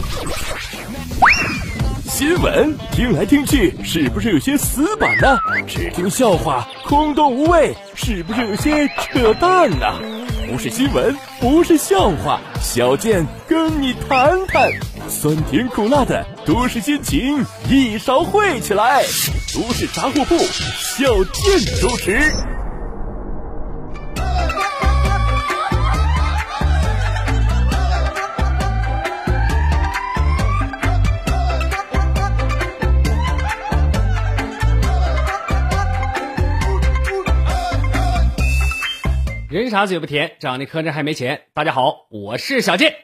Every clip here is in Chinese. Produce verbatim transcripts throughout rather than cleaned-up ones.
新闻听来听去，是不是有些死板呢？只听笑话，空洞无味，是不是有些扯淡呢？不是新闻，不是笑话，小健跟你谈谈，酸甜苦辣的都市心情一勺烩起来。都市杂货铺，小健主持。 人傻嘴不甜，长得磕碜还没钱。大家好，我是小健。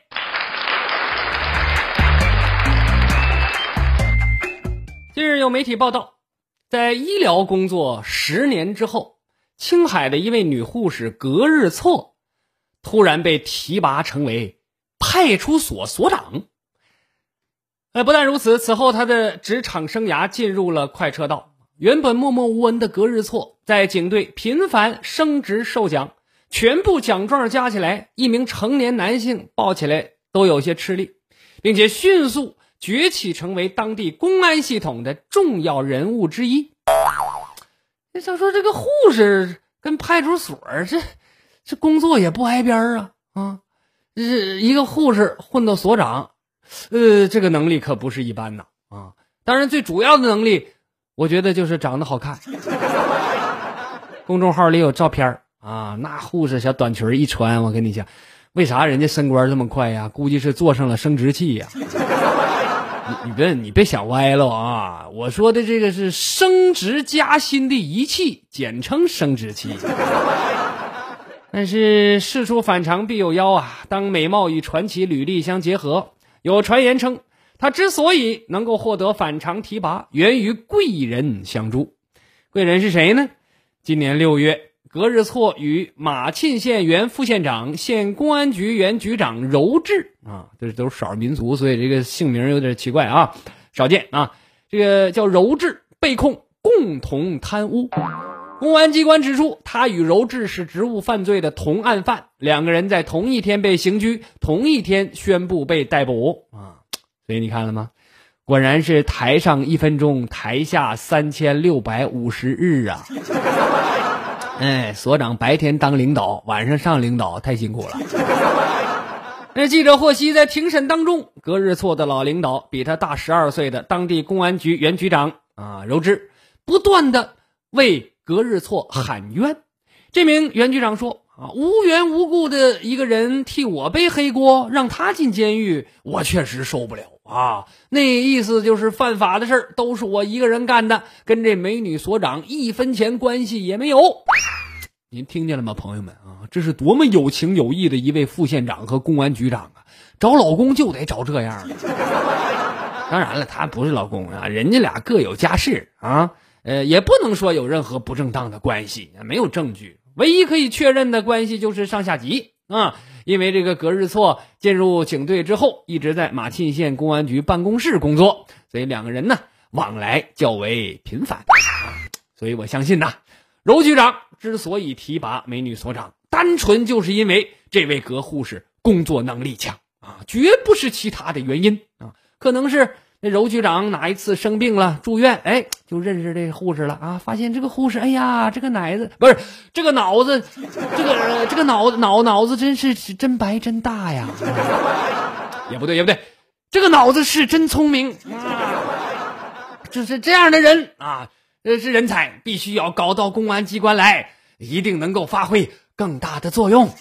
近日有媒体报道，在医疗工作十年之后，青海的一位女护士格日错突然被提拔成为派出所所长。呃，不但如此，此后她的职场生涯进入了快车道。原本默默无闻的格日错在警队频繁升职受奖，全部奖状加起来，一名成年男性抱起来都有些吃力，并且迅速崛起成为当地公安系统的重要人物之一。你想说这个护士跟派出所这这工作也不挨边啊啊！这一个护士混到所长，呃，这个能力可不是一般的啊。当然，最主要的能力，我觉得就是长得好看。公众号里有照片啊，那护士小短裙一穿，我跟你讲，为啥人家升官这么快呀？估计是坐上了生殖器呀。你你别你别想歪了啊！我说的这个是升职加薪的仪器，简称生殖器。但是事出反常必有妖啊！当美貌与传奇履历相结合，有传言称他之所以能够获得反常提拔，源于贵人相助。贵人是谁呢？今年六月，格日错与马沁县原副县长、县公安局原局长柔志啊，这都是少数民族，所以这个姓名有点奇怪啊，少见啊。这个叫柔志被控共同贪污。公安机关指出，他与柔志是职务犯罪的同案犯，两个人在同一天被刑拘，同一天宣布被逮捕啊。所以你看了吗？果然是台上一分钟，台下三千六百五十日啊！哎，所长白天当领导，晚上上领导，太辛苦了。那记者获悉，在庭审当中，格日错的老领导比他大十二岁的当地公安局原局长啊柔志，不断的为格日错喊冤。这名原局长说啊，无缘无故的一个人替我背黑锅，让他进监狱，我确实受不了啊。那意思就是犯法的事儿都是我一个人干的，跟这美女所长一分钱关系也没有。您听见了吗，朋友们啊？这是多么有情有义的一位副县长和公安局长啊！找老公就得找这样的。当然了，他不是老公啊，人家俩各有家室啊，呃，也不能说有任何不正当的关系，没有证据。唯一可以确认的关系就是上下级啊，因为这个格日错进入警队之后，一直在马沁县公安局办公室工作，所以两个人呢往来较为频繁。所以我相信呐，柔局长之所以提拔美女所长，单纯就是因为这位格护士工作能力强啊，绝不是其他的原因啊，可能是那柔局长哪一次生病了住院，哎，就认识这个护士了啊，发现这个护士，哎呀，这个奶子不是这个脑子，这个、呃、这个脑脑脑子真是真白真大呀，也不对也不对，这个脑子是真聪明啊，就是这样的人啊，这是人才，必须要搞到公安机关来，一定能够发挥更大的作用。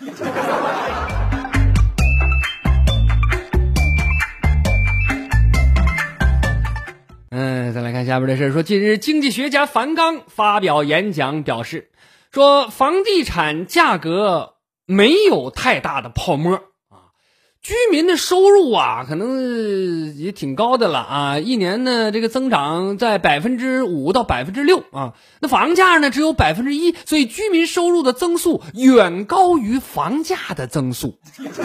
嗯，再来看下边的事，说近日经济学家樊纲发表演讲表示，说房地产价格没有太大的泡沫啊，居民的收入啊可能也挺高的了啊，一年呢这个增长在百分之五到百分之六啊，那房价呢只有百分之一，所以居民收入的增速远高于房价的增速。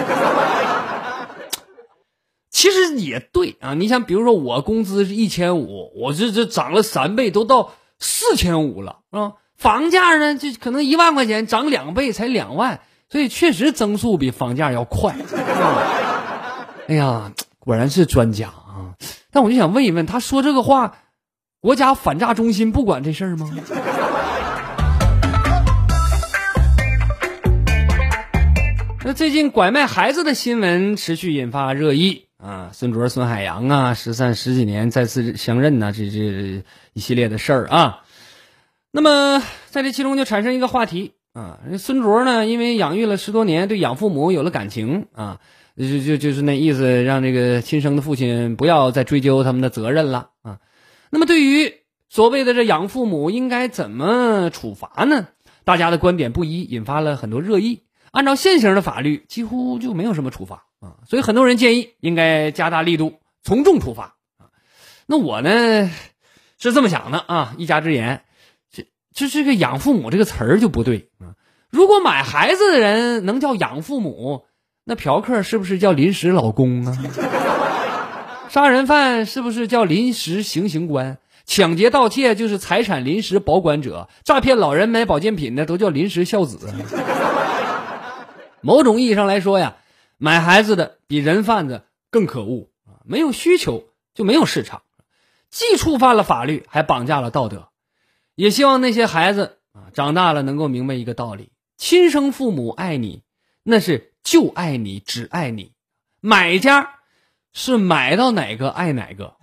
其实也对啊，你想比如说我工资是一千五，我这这涨了三倍都到四千五了啊，房价呢就可能一万块钱涨两倍才两万，所以确实增速比房价要快啊。哎呀， 果然是专家啊！但我就想问一问，他说这个话，国家反诈中心不管这事儿吗？那最近拐卖孩子的新闻持续引发热议啊，孙卓、孙海洋啊，失散十几年再次相认呐、啊，这这一系列的事儿啊。那么在这其中就产生一个话题啊，孙卓呢，因为养育了十多年，对养父母有了感情啊，就就就是那意思，让这个亲生的父亲不要再追究他们的责任了啊。那么对于所谓的这养父母应该怎么处罚呢？大家的观点不一，引发了很多热议。按照现行的法律，几乎就没有什么处罚啊，所以很多人建议应该加大力度，从重处罚啊。那我呢是这么想的啊，一家之言，这这这个养父母这个词儿就不对啊。如果买孩子的人能叫养父母，那嫖客是不是叫临时老公啊？杀人犯是不是叫临时行刑官？抢劫盗窃就是财产临时保管者，诈骗老人买保健品的都叫临时孝子。某种意义上来说呀，买孩子的比人贩子更可恶啊！没有需求就没有市场，既触犯了法律，还绑架了道德。也希望那些孩子啊长大了能够明白一个道理：亲生父母爱你，那是就爱你，只爱你；买家是买到哪个爱哪个。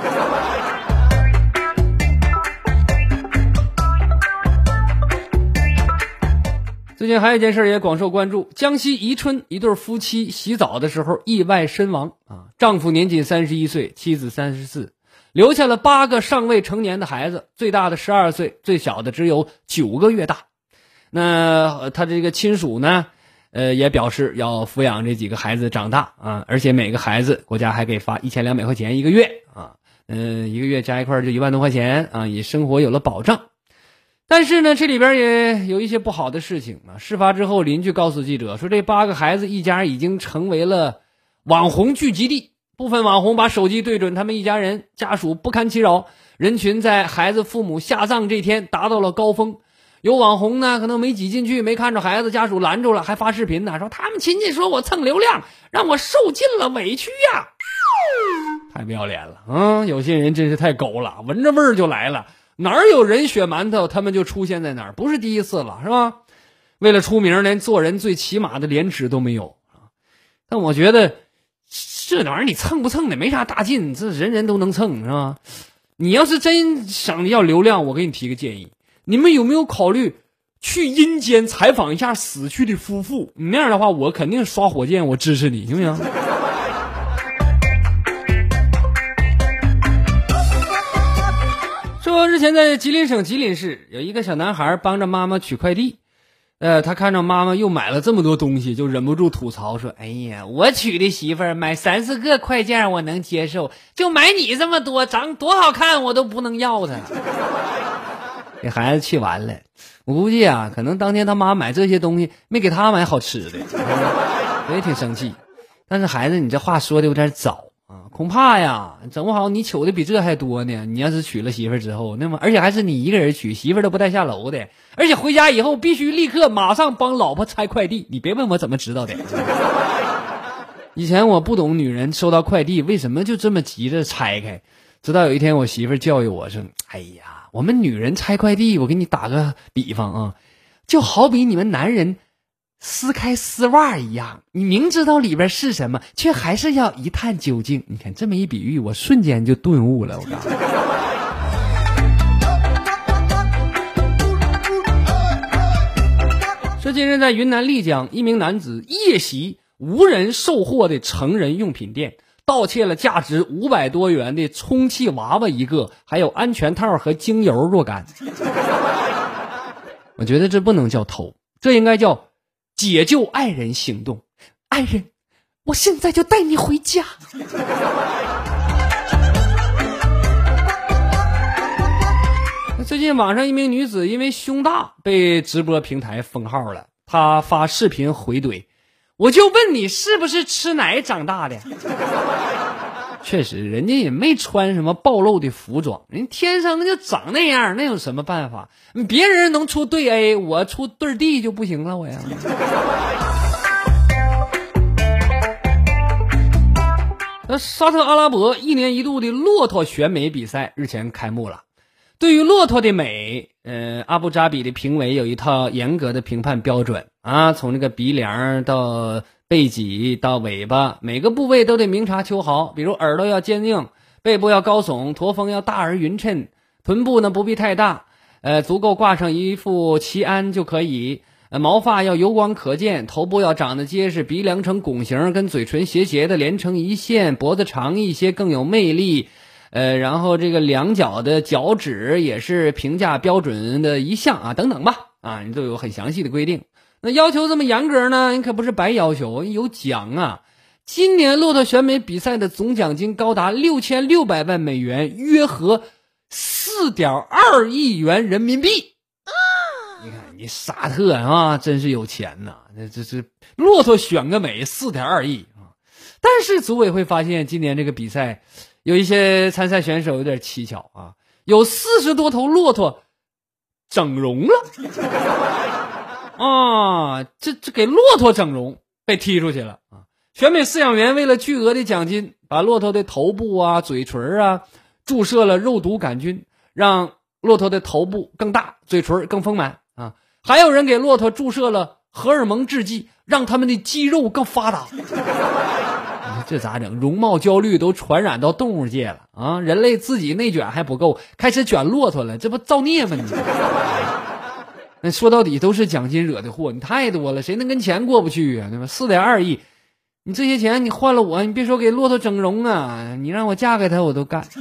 最近还有一件事也广受关注，江西宜春一对夫妻洗澡的时候意外身亡啊，丈夫年仅三十一岁，妻子三十四，留下了八个尚未成年的孩子，最大的十二岁，最小的只有九个月大。那他这个亲属呢，呃，也表示要抚养这几个孩子长大啊，而且每个孩子国家还给发一千两百块钱一个月啊，嗯、呃，一个月加一块就一万多块钱啊，也生活有了保障。但是呢，这里边也有一些不好的事情啊。事发之后，邻居告诉记者说，这八个孩子一家已经成为了网红聚集地，部分网红把手机对准他们一家人，家属不堪其扰，人群在孩子父母下葬这天达到了高峰。有网红呢可能没挤进去，没看着孩子，家属拦住了，还发视频呢，说他们亲戚说我蹭流量，让我受尽了委屈呀、啊、太不要脸了。嗯，有些人真是太狗了，闻着味儿就来了，哪儿有人血馒头他们就出现在哪儿，不是第一次了，是吧？为了出名，连做人最起码的廉耻都没有。但我觉得这玩意儿你蹭不蹭的没啥大劲，这人人都能蹭，是吧？你要是真想要流量，我给你提个建议，你们有没有考虑去阴间采访一下死去的夫妇？你那样的话，我肯定刷火箭，我支持你，行不行？说日前在吉林省吉林市，有一个小男孩帮着妈妈取快递，呃，他看着妈妈又买了这么多东西，就忍不住吐槽说：“哎呀，我娶的媳妇儿买三四个快件我能接受，就买你这么多，长多好看我都不能要它。”给孩子气完了，我估计啊，可能当天他妈买这些东西没给他买好吃的，我也挺生气。但是孩子，你这话说的有点早。啊，恐怕呀，整不好你求的比这还多呢。你要是娶了媳妇之后，那么而且还是你一个人娶，媳妇都不带下楼的，而且回家以后必须立刻马上帮老婆拆快递。你别问我怎么知道的。以前我不懂女人收到快递为什么就这么急着拆开，直到有一天我媳妇教育我说：“哎呀，我们女人拆快递，我给你打个比方啊，就好比你们男人撕开丝袜一样，你明知道里边是什么，却还是要一探究竟。”你看这么一比喻，我瞬间就顿悟了。我告诉你，说近日在云南丽江，一名男子夜袭无人售货的成人用品店，盗窃了价值五百多元的充气娃娃一个，还有安全套和精油若干。我觉得这不能叫偷，这应该叫解救爱人行动。爱人，我现在就带你回家。最近网上一名女子因为胸大被直播平台封号了，她发视频回怼：“我就问你是不是吃奶长大的？”确实，人家也没穿什么暴露的服装，人天生就长那样，那有什么办法？别人能出对 A， 我出对 D 就不行了，我呀。 那沙特阿拉伯一年一度的骆驼选美比赛日前开幕了。对于骆驼的美，呃，阿布扎比的评委有一套严格的评判标准啊，从这个鼻梁到背脊到尾巴，每个部位都得明察秋毫。比如耳朵要坚硬，背部要高耸，驼峰要大而匀称，臀部呢不必太大，呃，足够挂上一副旗鞍就可以。呃，毛发要油光可见，头部要长得结实，鼻梁呈拱形，跟嘴唇斜斜的连成一线，脖子长一些更有魅力。呃，然后这个两脚的脚趾也是评价标准的一项啊，等等吧，啊，你都有很详细的规定。那要求这么严格呢，你可不是白要求，有奖啊。今年骆驼选美比赛的总奖金高达六千六百万美元，约合四点二亿元人民币。你看，你沙特啊，真是有钱呐！这这这骆驼选个美，四点二亿啊！但是组委会发现，今年这个比赛有一些参赛选手有点蹊跷啊，有四十多头骆驼整容了啊！这这给骆驼整容，被踢出去了啊！选美饲养员为了巨额的奖金，把骆驼的头部啊、嘴唇啊注射了肉毒杆菌，让骆驼的头部更大，嘴唇更丰满啊！还有人给骆驼注射了荷尔蒙制剂，让他们的肌肉更发达。这咋整？容貌焦虑都传染到动物界了啊！人类自己内卷还不够，开始卷骆驼了，这不造孽吗你？那说到底都是奖金惹的祸，你太多了，谁能跟钱过不去啊？对吧？四点二亿，你这些钱你换了我，你别说给骆驼整容啊，你让我嫁给他我都干。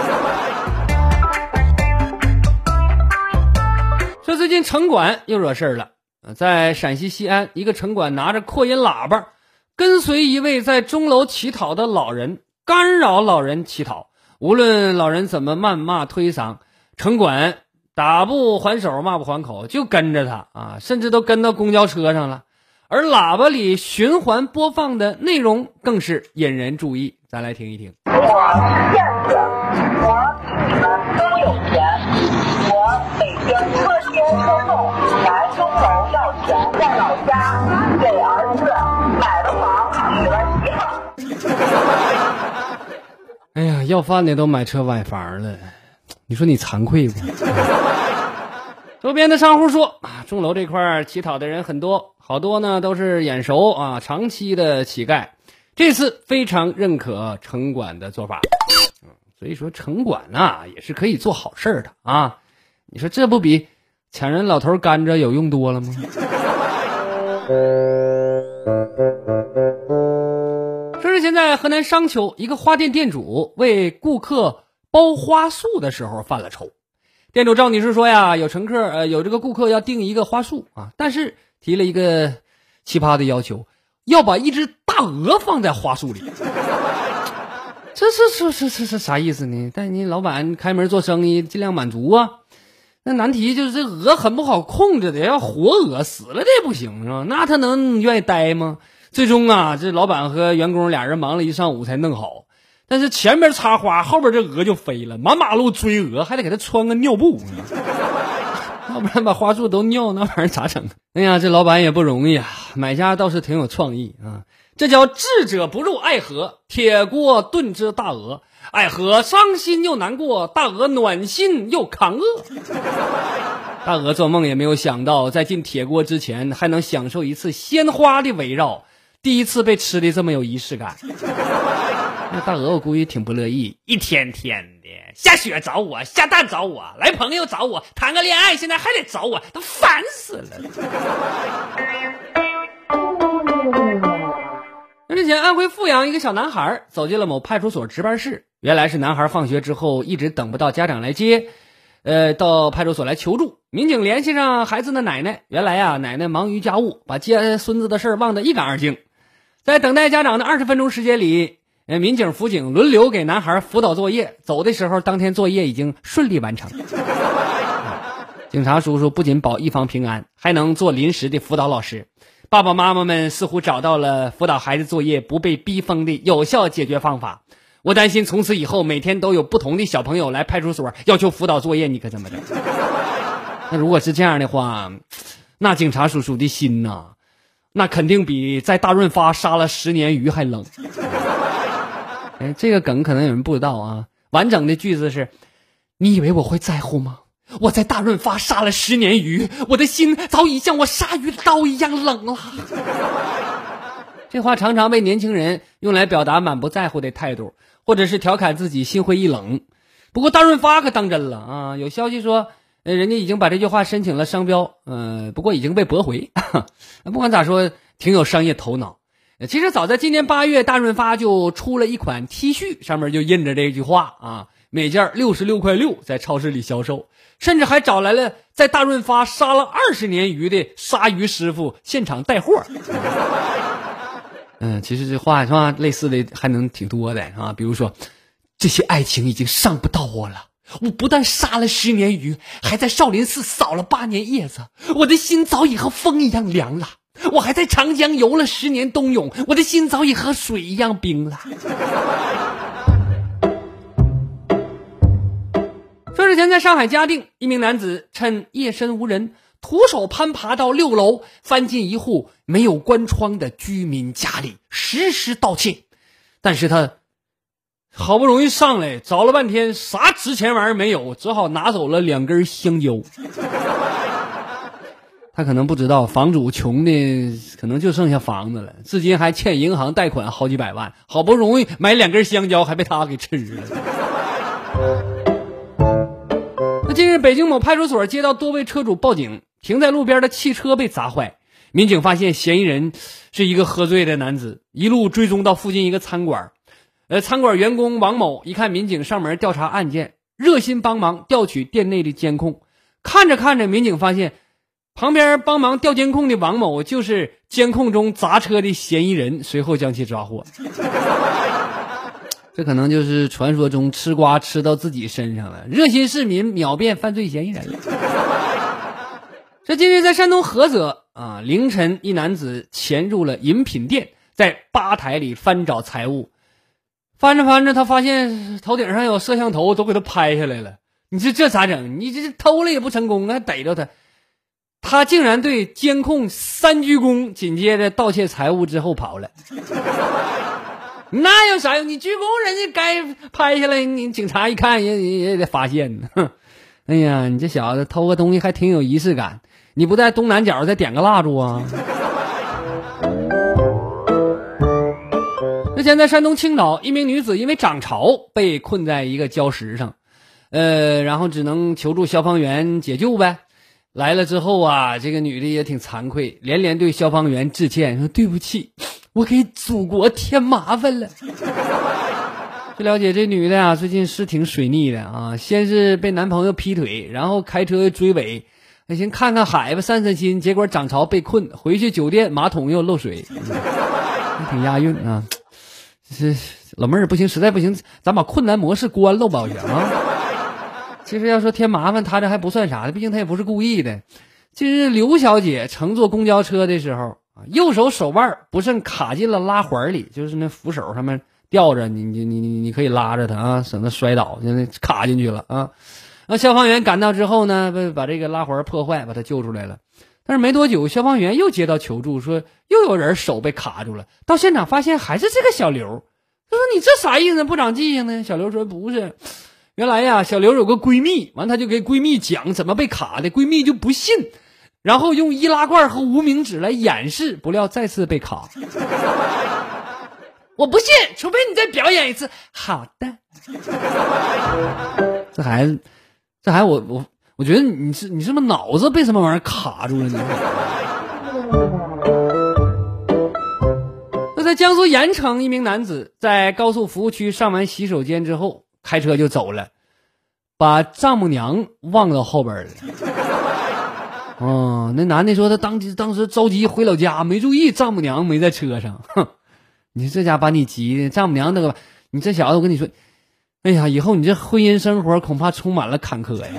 说最近城管又惹事了，在陕西西安，一个城管拿着扩音喇叭跟随一位在钟楼乞讨的老人，干扰老人乞讨。无论老人怎么谩骂推搡，城管打不还手，骂不还口，就跟着他啊，甚至都跟到公交车上了。而喇叭里循环播放的内容更是引人注意，咱来听一听。 我是骗子，我比你们都有钱，我每天车接车送来钟楼要钱，在老家给儿子买了房，娶了媳妇。 哎呀，要饭的都买车买房了，你说你惭愧不？周边的商户说啊，钟楼这块乞讨的人很多，好多呢都是眼熟啊，长期的乞丐。这次非常认可城管的做法，嗯，所以说城管啊也是可以做好事的啊。你说这不比抢人老头甘蔗有用多了吗？说是现在河南商丘一个花店店主为顾客包花束的时候犯了愁。店主赵女士说呀，有乘客呃有这个顾客要订一个花束啊，但是提了一个奇葩的要求，要把一只大鹅放在花束里。这是这这这是啥意思呢？但你老板开门做生意尽量满足啊。那难题就是这鹅很不好控制的，要活鹅，死了的也不行是吧？那他能愿意待吗？最终啊，这老板和员工俩人忙了一上午才弄好。但是前边插花，后边这鹅就飞了，满马路追鹅，还得给他穿个尿布，要不然把花束都尿，那玩意儿咋整？哎呀，这老板也不容易啊，买家倒是挺有创意啊。这叫智者不入爱河，铁锅炖只大鹅，爱河伤心又难过，大鹅暖心又抗饿。大鹅做梦也没有想到，在进铁锅之前还能享受一次鲜花的围绕，第一次被吃的这么有仪式感。那大鹅我估计挺不乐意，一天天的下雪找我，下蛋找我，来朋友找我，谈个恋爱现在还得找我，都烦死了。之前安徽阜阳一个小男孩走进了某派出所值班室，原来是男孩放学之后一直等不到家长来接，呃，到派出所来求助。民警联系上孩子的奶奶，原来啊奶奶忙于家务，把接孙子的事忘得一干二净。在等待家长的二十分钟时间里，呃，民警、辅警轮流给男孩辅导作业，走的时候当天作业已经顺利完成。警察叔叔不仅保一方平安，还能做临时的辅导老师。爸爸妈妈们似乎找到了辅导孩子作业不被逼疯的有效解决方法。我担心从此以后每天都有不同的小朋友来派出所要求辅导作业，你可怎么整？那如果是这样的话，那警察叔叔的心呐、啊，那肯定比在大润发杀了十年鱼还冷。 哎，这个梗可能有人不知道啊。完整的句子是：你以为我会在乎吗？我在大润发杀了十年鱼，我的心早已像我杀鱼的刀一样冷了。这话常常被年轻人用来表达满不在乎的态度，或者是调侃自己心灰意冷。不过大润发可当真了啊！有消息说，呃，人家已经把这句话申请了商标，呃，不过已经被驳回。不管咋说，挺有商业头脑。其实早在今年八月，大润发就出了一款 T 恤，上面就印着这句话啊，每件六十六块六，在超市里销售，甚至还找来了在大润发杀了二十年鱼的杀鱼师傅现场带货。嗯，其实这话是吧，类似的还能挺多的啊，比如说，这些爱情已经伤不到我了。我不但杀了十年鱼，还在少林寺扫了八年叶子，我的心早已和风一样凉了。我还在长江游了十年冬泳，我的心早已和水一样冰了。说之前在上海嘉定，一名男子趁夜深无人，徒手攀爬到六楼，翻进一户没有关窗的居民家里，实施盗窃。但是他好不容易上来，找了半天啥值钱玩意儿没有，只好拿走了两根香蕉。他可能不知道，房主穷的可能就剩下房子了，至今还欠银行贷款好几百万，好不容易买两根香蕉还被他给吃了。那近日北京某派出所接到多位车主报警，停在路边的汽车被砸坏。民警发现嫌疑人是一个喝醉的男子，一路追踪到附近一个餐馆。呃，餐馆员工王某一看民警上门调查案件，热心帮忙调取店内的监控。看着看着，民警发现旁边帮忙调监控的王某就是监控中砸车的嫌疑人，随后将其抓获。这可能就是传说中吃瓜吃到自己身上了，热心市民秒变犯罪嫌疑人了。这近日在山东菏泽啊，凌晨一男子潜入了饮品店，在吧台里翻找财物。翻着翻着，他发现头顶上有摄像头，都给他拍下来了。你说这咋整？你这偷了也不成功，还逮着他。他竟然对监控三鞠躬，紧接着盗窃财物之后跑了。那有啥用？你鞠躬，人家该拍下来，你警察一看也也也得发现呢。哎呀，你这小子偷个东西还挺有仪式感，你不在东南角再点个蜡烛啊？之前在山东青岛，一名女子因为涨潮被困在一个礁石上，呃，然后只能求助消防员解救呗。来了之后啊，这个女的也挺惭愧，连连对消防员致歉，说对不起，我给祖国添麻烦了。据了解，这女的啊，最近是挺水逆的啊，先是被男朋友劈腿，然后开车追尾，先看看海吧，散散心，结果涨潮被困，回去酒店马桶又漏水，还挺押韵啊。是老妹儿不行，实在不行，咱把困难模式关了吧，我觉得啊。其实要说添麻烦，他这还不算啥的，毕竟他也不是故意的。近日，刘小姐乘坐公交车的时候啊，右手手腕不慎卡进了拉环里，就是那扶手上面吊着，你你你你你可以拉着它啊，省得摔倒，现在卡进去了啊。那消防员赶到之后呢，把把这个拉环破坏，把他救出来了。但是没多久，消防员又接到求助，说又有人手被卡住了。到现场发现还是这个小刘。他说你这啥意思？不长记性呢？小刘说不是，原来呀，小刘有个闺蜜，完他就给闺蜜讲怎么被卡的，闺蜜就不信，然后用易拉罐和无名指来掩饰，不料再次被卡。我不信，除非你再表演一次。好的。这孩子，这孩子我我。我觉得你是你是不是脑子被什么玩意儿卡住了呢？那在江苏盐城，一名男子在高速服务区上完洗手间之后，开车就走了，把丈母娘忘到后边了。哦，那男的说他当当时着急回老家，没注意丈母娘没在车上。哼，你这家把你急的，丈母娘那个，你这小子，我跟你说，哎呀，以后你这婚姻生活恐怕充满了坎坷呀。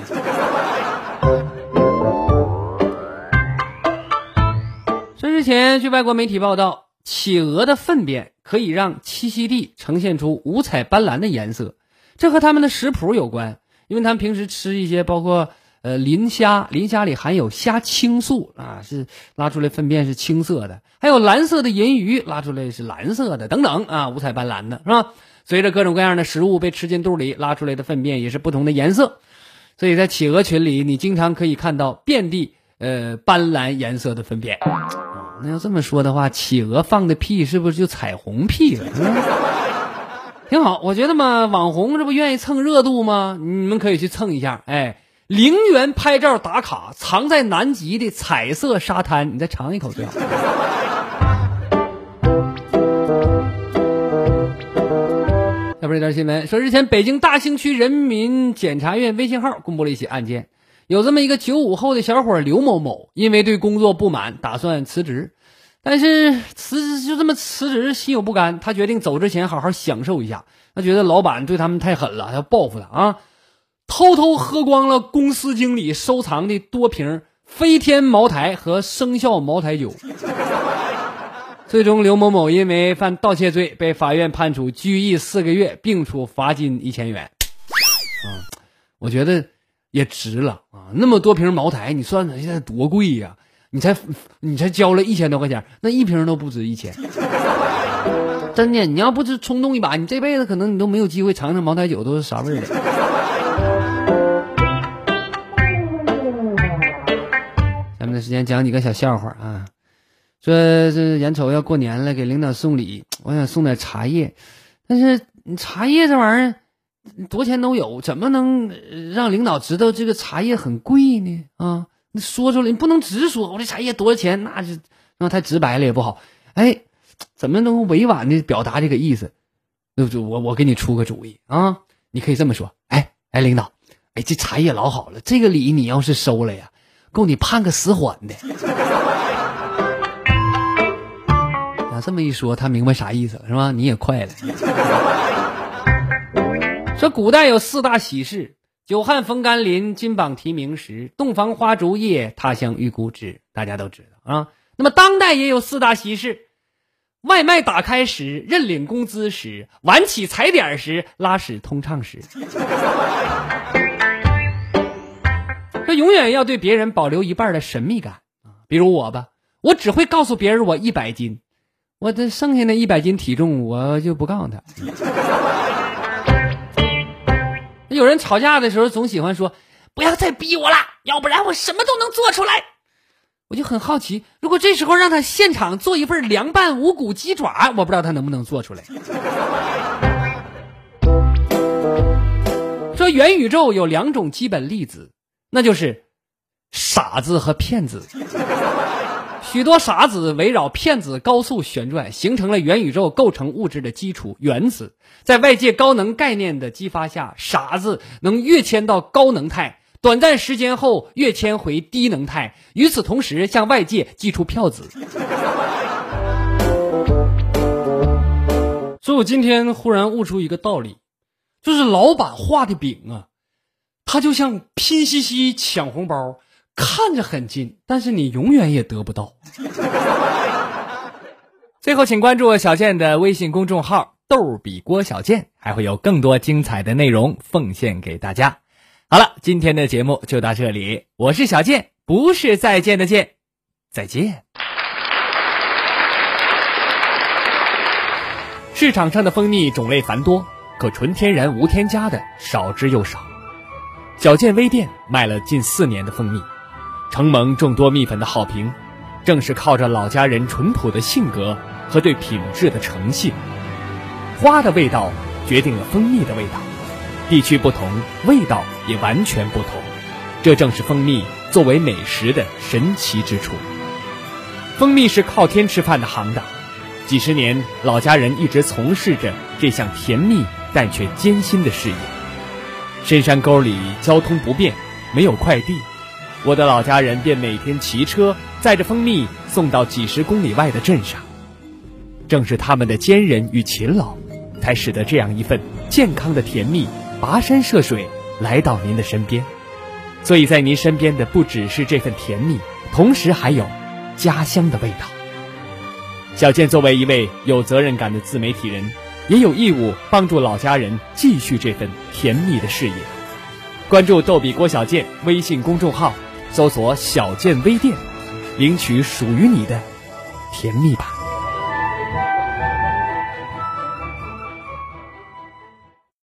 这之前据外国媒体报道，企鹅的粪便可以让栖息地呈现出五彩斑斓的颜色，这和他们的食谱有关，因为他们平时吃一些包括呃磷虾，磷虾里含有虾青素啊，是拉出来粪便是青色的，还有蓝色的银鱼拉出来是蓝色的，等等啊，五彩斑斓的是吧？ 随着各种各样的食物被吃进肚里，拉出来的粪便也是不同的颜色。所以在企鹅群里，你经常可以看到遍地呃斑斓颜色的粪便。那要这么说的话，企鹅放的屁是不是就彩虹屁了？嗯、挺好，我觉得嘛，网红这不愿意蹭热度吗？你们可以去蹭一下。哎，陵园拍照打卡，藏在南极的彩色沙滩，你再尝一口最好。下边这条新闻说，日前北京大兴区人民检察院微信号公布了一起案件，有这么一个九五后的小伙刘某某，因为对工作不满，打算辞职，但是辞就这么辞职心有不甘，他决定走之前好好享受一下。他觉得老板对他们太狠了，他要报复他啊！偷偷喝光了公司经理收藏的多瓶飞天茅台和生肖茅台酒。最终刘某某因为犯盗窃罪被法院判处拘役四个月，并处罚金一千元。啊，我觉得也值了啊！那么多瓶茅台，你算算现在多贵呀、啊！你才你才交了一千多块钱，那一瓶都不值一千。真的，你要不是冲动一把，你这辈子可能你都没有机会尝尝茅台酒都是啥味儿的。下面的时间讲几个小笑话啊。说这眼瞅要过年了，给领导送礼，我想送点茶叶，但是茶叶这玩意儿多钱都有，怎么能让领导知道这个茶叶很贵呢？啊，你说出来，你不能直说我这茶叶多少钱，那就那太直白了也不好。哎，怎么能委婉的表达这个意思？那就我我给你出个主意啊，你可以这么说，哎哎，领导，哎这茶叶老好了，这个礼你要是收了呀，够你判个死缓的。这么一说他明白啥意思了是吧？你也快了。说古代有四大喜事：久旱逢甘霖，金榜题名时，洞房花烛夜，他乡遇故知，大家都知道啊。那么当代也有四大喜事：外卖打开时，认领工资时，晚起踩点时，拉屎通畅时。说永远要对别人保留一半的神秘感啊，比如我吧，我只会告诉别人我一百斤。我这剩下的一百斤体重我就不告诉他。有人吵架的时候总喜欢说不要再逼我了，要不然我什么都能做出来。我就很好奇，如果这时候让他现场做一份凉拌无骨鸡爪，我不知道他能不能做出来。说元宇宙有两种基本粒子，那就是傻子和骗子。许多傻子围绕骗子高速旋转，形成了元宇宙构成物质的基础原子。在外界高能概念的激发下，傻子能跃迁到高能态，短暂时间后跃迁回低能态，与此同时向外界寄出票子。所以我今天忽然悟出一个道理，就是老板画的饼啊，它就像拼夕夕抢红包，看着很近，但是你永远也得不到。 最后请关注小健的微信公众号逗比郭小健，还会有更多精彩的内容奉献给大家。好了，今天的节目就到这里，我是小健，不是再见的见，再见。市场上的蜂蜜种类繁多，可纯天然无添加的少之又少。小健微店卖了近四年的蜂蜜，承蒙众多蜜粉的好评，正是靠着老家人淳朴的性格和对品质的诚信。花的味道决定了蜂蜜的味道，地区不同，味道也完全不同，这正是蜂蜜作为美食的神奇之处。蜂蜜是靠天吃饭的行当，几十年老家人一直从事着这项甜蜜但却艰辛的事业。深山沟里交通不便，没有快递，我的老家人便每天骑车载着蜂蜜送到几十公里外的镇上。正是他们的坚韧与勤劳，才使得这样一份健康的甜蜜跋山涉水来到您的身边。所以在您身边的不只是这份甜蜜，同时还有家乡的味道。小健作为一位有责任感的自媒体人，也有义务帮助老家人继续这份甜蜜的事业。关注逗比郭小健微信公众号，搜索小健微店，领取属于你的甜蜜吧。